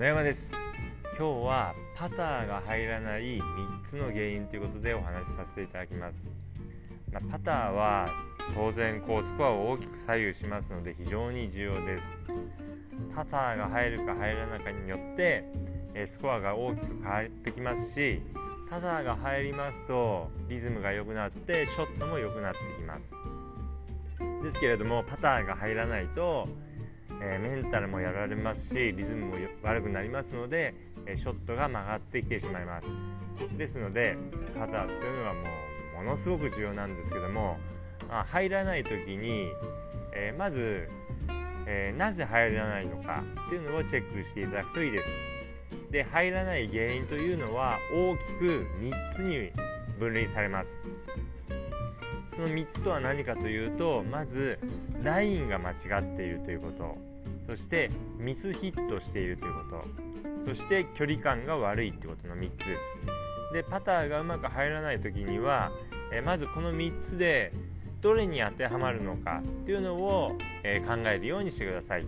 村山です。今日はパターが入らない3つの原因ということでお話しさせていただきます。パターは当然スコアを大きく左右しますので非常に重要です。パターが入るか入らないかによってスコアが大きく変わってきますし、パターが入りますとリズムが良くなってショットも良くなってきます。ですけれどもパターが入らないとメンタルもやられますし、リズムも悪くなりますのでショットが曲がってきてしまいます。ですのでパターっていうのはものすごく重要なんですけども、入らない時に、まず、なぜ入らないのかっていうのをチェックしていただくといいです。で、入らない原因というのは大きく3つに分類されます。その3つとは何かというと、まずラインが間違っているということ、そしてミスヒットしているということ、そして距離感が悪いということの3つです。で、パターがうまく入らないときには、まずこの3つでどれに当てはまるのかっていうのを、考えるようにしてください。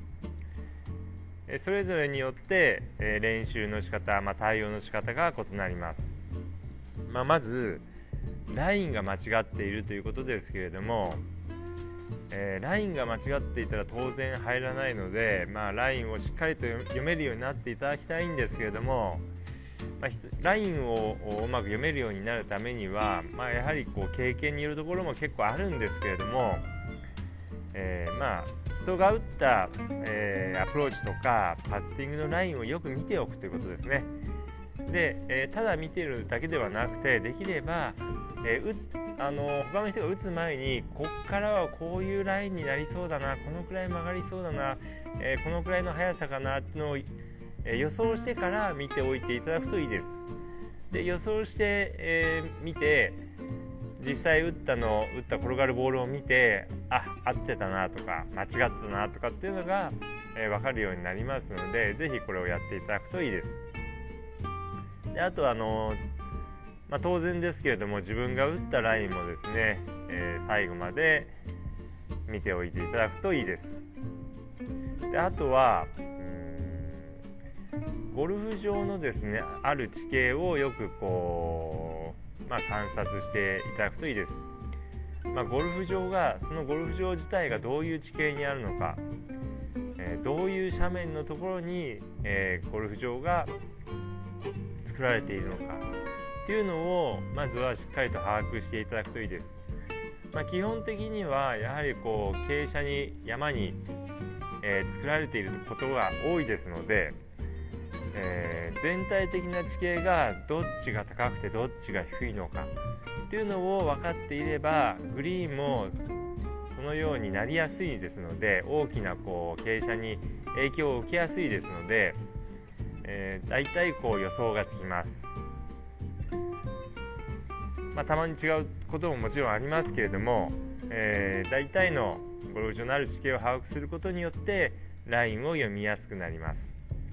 それぞれによって、練習の仕方、対応の仕方が異なります。まずラインが間違っているということですけれども、ラインが間違っていたら当然入らないので、ラインをしっかりと読めるようになっていただきたいんですけれども、ラインをうまく読めるようになるためには、やはり経験によるところも結構あるんですけれども、人が打った、アプローチとかパッティングのラインをよく見ておくということですね。で、ただ見ているだけではなくて、できれば、他の人が打つ前にこっからはこういうラインになりそうだな、このくらい曲がりそうだな、このくらいの速さかなっていうのを、予想してから見ておいていただくといいです。で、予想して、見て実際打った転がるボールを見て、合ってたなとか間違ってたなとかっていうのが、分かるようになりますので、ぜひこれをやっていただくといいです。で、あと当然ですけれども、自分が打ったラインもですね、最後まで見ておいていただくといいです。で、あとはゴルフ場のですね、ある地形をよく観察していただくといいです。そのゴルフ場自体がどういう地形にあるのか、どういう斜面のところに、ゴルフ場が作られているのかっていうのをまずはしっかりと把握していただくといいです。基本的にはやはり傾斜に山に、作られていることが多いですので、全体的な地形がどっちが高くてどっちが低いのかっていうのを分かっていれば、グリーンもそのようになりやすいですので、大きな傾斜に影響を受けやすいですので、だいたい予想がつきます。たまに違うことももちろんありますけれども、大体のゴルフ場のある地形を把握することによってラインを読みやすくなります。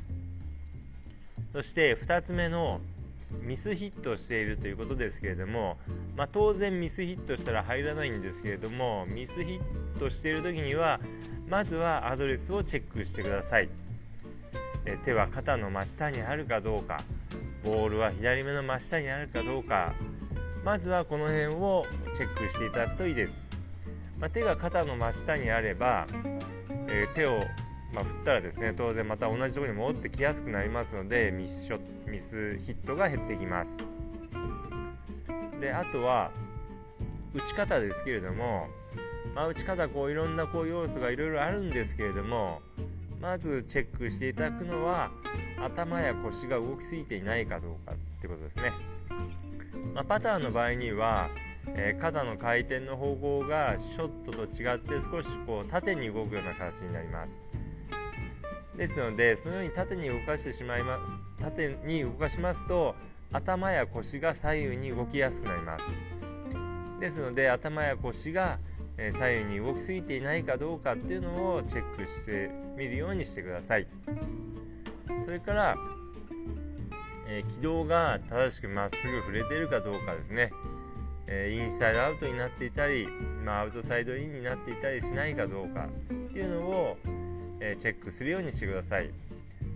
そして2つ目のミスヒットしているということですけれども、当然ミスヒットしたら入らないんですけれども、ミスヒットしている時にはまずはアドレスをチェックしてください。手は肩の真下にあるかどうか、ボールは左目の真下にあるかどうか、まずはこの辺をチェックしていただくといいです。手が肩の真下にあれば、手を振ったらですね、当然また同じところに戻ってきやすくなりますので、ミスヒットが減ってきます。で、あとは打ち方ですけれども、打ち方いろんな要素がいろいろあるんですけれども、まずチェックしていただくのは頭や腰が動きすぎていないかどうかってことですね。パターの場合には、肩の回転の方向がショットと違って少し縦に動くような形になります。ですので、そのように縦に動かしますと、頭や腰が左右に動きやすくなります。ですので、頭や腰が左右に動きすぎていないかどうかっていうのをチェックしてみるようにしてください。それから、軌道が正しくまっすぐ触れているかどうかですね。インサイドアウトになっていたり、アウトサイドインになっていたりしないかどうかっていうのをチェックするようにしてください。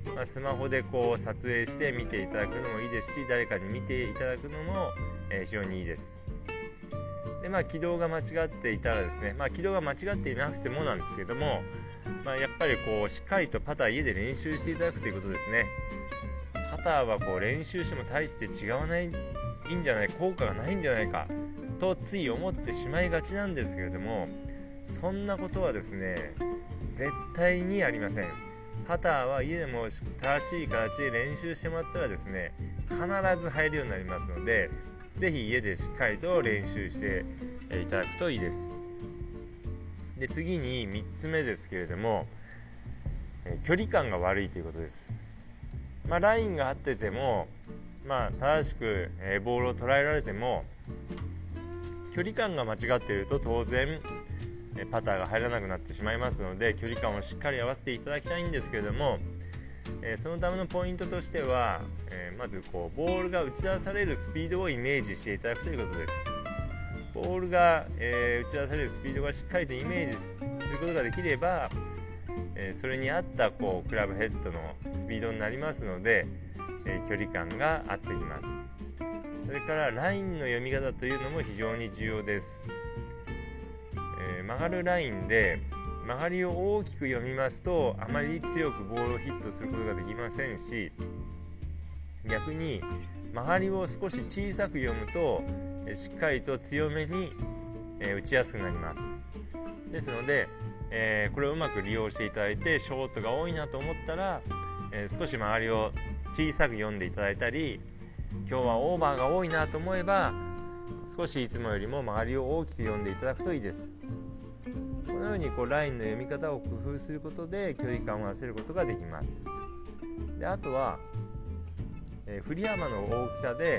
スマホでこう撮影して見ていただくのもいいですし、誰かに見ていただくのも、非常にいいです。で軌道が間違っていたらですね、軌道が間違っていなくてもなんですけども、やっぱりこうしっかりとパター家で練習していただくということですね。パターはこう練習しても大して違わないんじゃない、効果がないんじゃないかとつい思ってしまいがちなんですけれども、そんなことはですね絶対にありません。パターは家でも正しい形で練習してもらったらですね、必ず入るようになりますので、ぜひ家でしっかりと練習していただくといいです。で次に3つ目ですけれども、距離感が悪いということです。ラインが合ってても、正しくボールを捉えられても、距離感が間違っていると当然パターが入らなくなってしまいますので、距離感をしっかり合わせていただきたいんですけれども、そのためのポイントとしては、まずボールが打ち出されるスピードをイメージしていただくということです。ボールが、打ち出されるスピードがしっかりとイメージすることができれば、それに合ったクラブヘッドのスピードになりますので、距離感が合ってきます。それからラインの読み方というのも非常に重要です。曲がるラインで曲がりを大きく読みますと、あまり強くボールをヒットすることができませんし、逆に曲がりを少し小さく読むとしっかりと強めに打ちやすくなります。ですので、これをうまく利用していただいて、ショートが多いなと思ったら、少し曲がりを小さく読んでいただいたり、今日はオーバーが多いなと思えば少しいつもよりも曲がりを大きく読んでいただくといいです。このようにラインの読み方を工夫することで距離感を合わせることができます。であとは、振り幅の大きさで、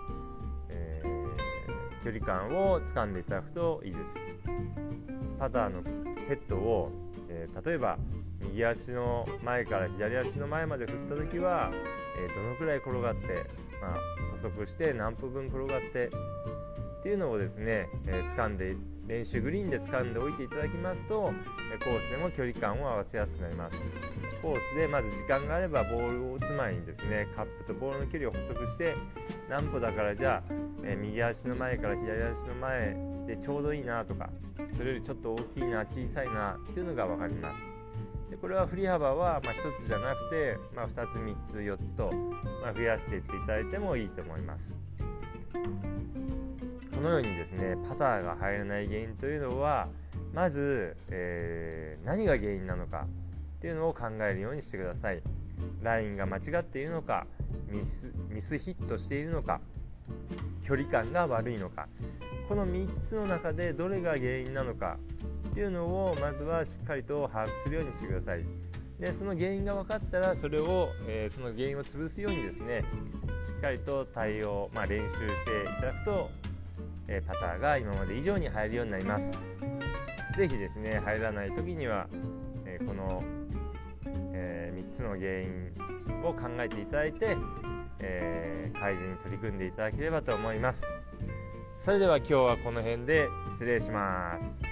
距離感を掴んでいただくといいです。パターのヘッドを、例えば右足の前から左足の前まで振ったときは、どのくらい転がって、補足して何歩分転がってっていうのをですね、掴んで練習グリーンで掴んでおいていただきますと、コースでも距離感を合わせやすくなります。コースでまず時間があればボールを打つ前にですね、カップとボールの距離を補足して、何歩だからじゃあ、右足の前から左足の前でちょうどいいなとか、それよりちょっと大きいな小さいなっていうのが分かります。でこれは振り幅は1つじゃなくて、2つ3つ4つと、増やしていっていただいてもいいと思います。このようにですね、パターが入らない原因というのは、まず、何が原因なのかっていうのを考えるようにしてください。ラインが間違っているのか、ミスヒットしているのか、距離感が悪いのか、この3つの中でどれが原因なのかっていうのをまずはしっかりと把握するようにしてください。でその原因が分かったら、それを、その原因を潰すようにですね、しっかりと対応、練習していただくと、パターが今まで以上に入るようになります。ぜひですね、入らない時には、この、3つの原因を考えていただいて、改善に取り組んでいただければと思います。それでは今日はこの辺で失礼します。